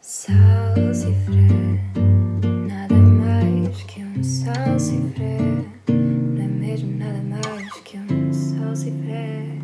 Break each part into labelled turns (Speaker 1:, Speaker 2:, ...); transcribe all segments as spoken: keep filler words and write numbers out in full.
Speaker 1: Salsifré, nada mais que um salsifré, não é mesmo nada mais que um salsifré.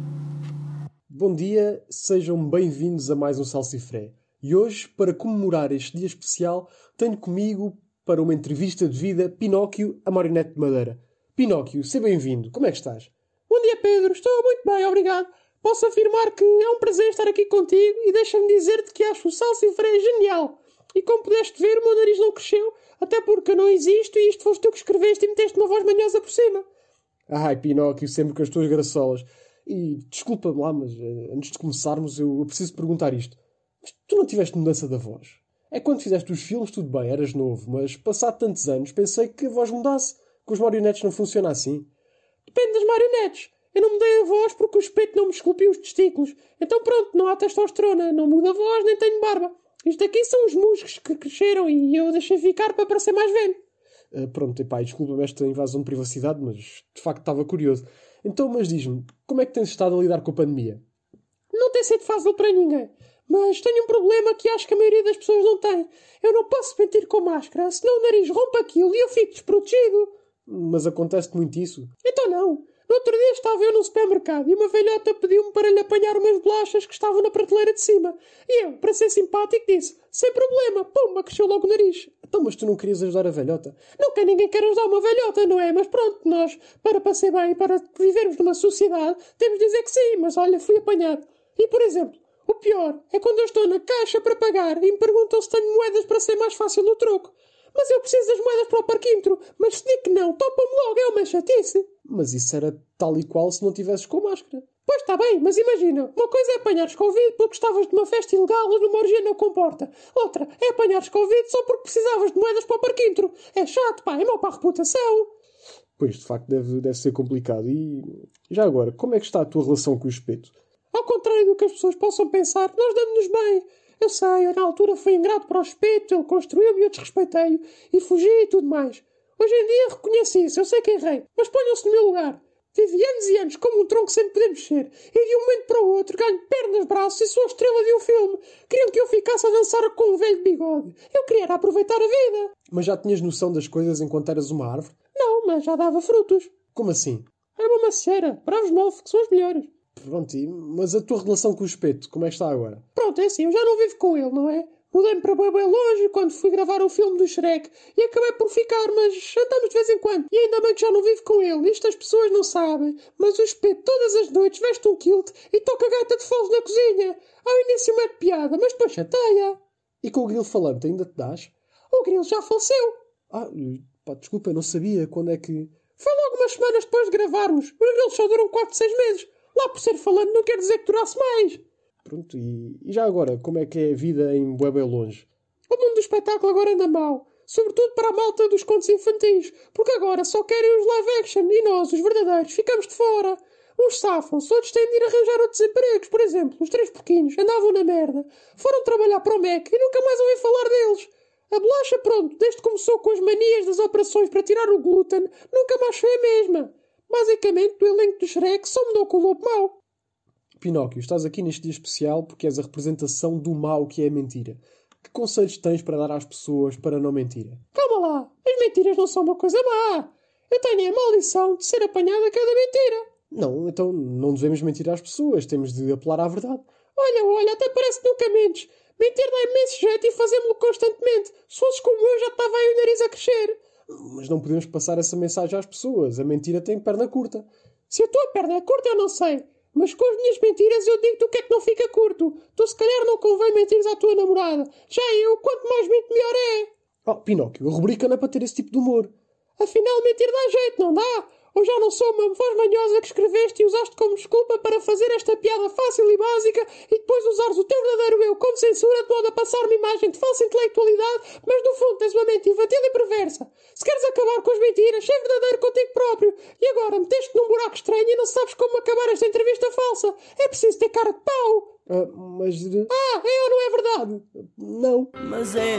Speaker 2: Bom dia, sejam bem-vindos a mais um Salsifré. E hoje, para comemorar este dia especial, tenho comigo, para uma entrevista de vida, Pinóquio, a marionete de madeira. Pinóquio, seja bem-vindo. Como é que estás?
Speaker 3: Bom dia, Pedro. Estou muito bem, obrigado. Posso afirmar que é um prazer estar aqui contigo e deixa-me dizer-te que acho o salsifré genial. E como pudeste ver, o meu nariz não cresceu, até porque eu não existo e isto foste tu que escreveste e meteste uma voz manhosa por cima.
Speaker 2: Ai, Pinóquio, sempre com as tuas graçolas. E desculpa-me lá, mas uh, antes de começarmos eu, eu preciso perguntar isto. Mas tu não tiveste mudança da voz? É quando fizeste os filmes, tudo bem, eras novo, mas passado tantos anos pensei que a voz mudasse. Com os marionetes não funciona assim.
Speaker 3: Depende das marionetes. Eu não mudei a voz porque o espeto não me esculpiu os testículos. Então pronto, não há testosterona, não muda a voz, nem tenho barba. Isto aqui são os musgos que cresceram e eu deixei ficar para parecer mais velho.
Speaker 2: Uh, pronto, epá, desculpa-me esta invasão de privacidade, mas de facto estava curioso. Então, mas diz-me, como é que tens estado a lidar com a pandemia?
Speaker 3: Não tem sido fácil para ninguém. Mas tenho um problema que acho que a maioria das pessoas não tem. Eu não posso mentir com máscara, senão o nariz rompe aquilo e eu fico desprotegido.
Speaker 2: Mas acontece-te muito isso?
Speaker 3: Então não. No outro dia estava eu num supermercado e uma velhota pediu-me para lhe apanhar umas bolachas que estavam na prateleira de cima. E eu, para ser simpático, disse, sem problema, pumba, cresceu logo o nariz.
Speaker 2: Então, mas tu não querias ajudar a velhota?
Speaker 3: Nunca ninguém quer ajudar uma velhota, não é? Mas pronto, nós, para passar bem, para vivermos numa sociedade, temos de dizer que sim, mas olha, fui apanhado. E, por exemplo, o pior é quando eu estou na caixa para pagar e me perguntam se tenho moedas para ser mais fácil o troco. Mas eu preciso das moedas para o parquímetro. Mas se digo que não, topam-me logo, é uma chatice.
Speaker 2: Mas isso era tal e qual se não tivesses com máscara.
Speaker 3: Pois está bem, mas imagina, uma coisa é apanhares Covid porque estavas de uma festa ilegal ou numa orgia não comporta. Outra é apanhares Covid só porque precisavas de moedas para o parquímetro. É chato, pá, é mau para a reputação.
Speaker 2: Pois, de facto, deve, deve ser complicado. E já agora, como é que está a tua relação com o espeto?
Speaker 3: Ao contrário do que as pessoas possam pensar, nós damos-nos bem. Eu sei, eu na altura fui ingrato para o espeto, ele construiu-me e eu desrespeitei-o, e fugi e tudo mais. Hoje em dia reconheço isso, eu sei que errei, mas ponham-se no meu lugar. Vivi anos e anos como um tronco sem poder mexer, e de um momento para o outro ganho pernas, braços e sou a estrela de um filme. Queriam que eu ficasse a dançar com um velho bigode. Eu queria era aproveitar a vida.
Speaker 2: Mas já tinhas noção das coisas enquanto eras uma árvore?
Speaker 3: Não, mas já dava frutos.
Speaker 2: Como assim?
Speaker 3: Era uma macieira, bravos novos, que são os melhores.
Speaker 2: Pronto, e, mas a tua relação com o espeto, como é que está agora?
Speaker 3: Pronto, é assim, eu já não vivo com ele, não é? Mudei-me para bem, bem longe quando fui gravar o filme do Shrek e acabei por ficar, mas andamos de vez em quando. E ainda bem que já não vivo com ele. Isto as pessoas não sabem. Mas o espeto todas as noites veste um kilt e toca gaita de foles na cozinha. Ao início mete piada, mas depois chateia.
Speaker 2: E com o grilo falante ainda te dás?
Speaker 3: O grilo já faleceu.
Speaker 2: Ah, pá, desculpa, eu não sabia quando é que...
Speaker 3: Foi logo umas semanas depois de gravarmos. Os grilos só duram quatro, seis meses. Lá por ser falante não quer dizer que durasse mais.
Speaker 2: Pronto, e, e já agora, como é que é a vida em bué bem longe?
Speaker 3: O mundo do espetáculo agora anda mal. Sobretudo para a malta dos contos infantis. Porque agora só querem os live action e nós, os verdadeiros, ficamos de fora. Uns safam-se, outros têm de ir arranjar outros empregos. Por exemplo, os três porquinhos andavam na merda. Foram trabalhar para o Mac e nunca mais ouvi falar deles. A bolacha, pronto, desde que começou com as manias das operações para tirar o glúten, nunca mais foi a mesma. Basicamente, o elenco do Shrek só mudou com o lobo mau.
Speaker 2: Pinóquio, estás aqui neste dia especial porque és a representação do mal que é a mentira. Que conselhos tens para dar às pessoas para não mentirem?
Speaker 3: Calma lá, as mentiras não são uma coisa má. Eu tenho a maldição de ser apanhada a cada mentira.
Speaker 2: Não, então não devemos mentir às pessoas, temos de apelar à verdade.
Speaker 3: Olha, olha, até parece que nunca mentes. Mentir dá imenso jeito e fazemos-lo constantemente. Se fosses como eu, já estava aí o nariz a crescer.
Speaker 2: Mas não podemos passar essa mensagem às pessoas. A mentira tem perna curta.
Speaker 3: Se a tua perna é curta, eu não sei. Mas com as minhas mentiras eu digo-te o que é que não fica curto. Tu se calhar não convém mentires à tua namorada. Já eu, quanto mais minto, melhor é.
Speaker 2: Oh, Pinóquio, a rubrica não é para ter esse tipo de humor.
Speaker 3: Afinal, mentir dá jeito, não dá? Ou já não sou uma voz manhosa que escreveste e usaste como desculpa para fazer esta piada fácil e básica e depois usares o teu verdadeiro eu como censura de modo a passar uma imagem de falsa intelectualidade, mas no fundo tens uma mente infantil e perversa. Se queres acabar com as mentiras, seja verdadeiro contigo próprio. E agora meteste num buraco estranho e não sabes como acabar esta entrevista falsa. É preciso ter cara de pau.
Speaker 2: Ah, mas...
Speaker 3: Ah, é ou não é verdade?
Speaker 2: Não.
Speaker 4: Mas é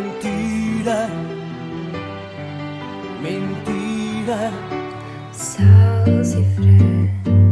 Speaker 4: mentira. Mentira.
Speaker 1: Salsifré.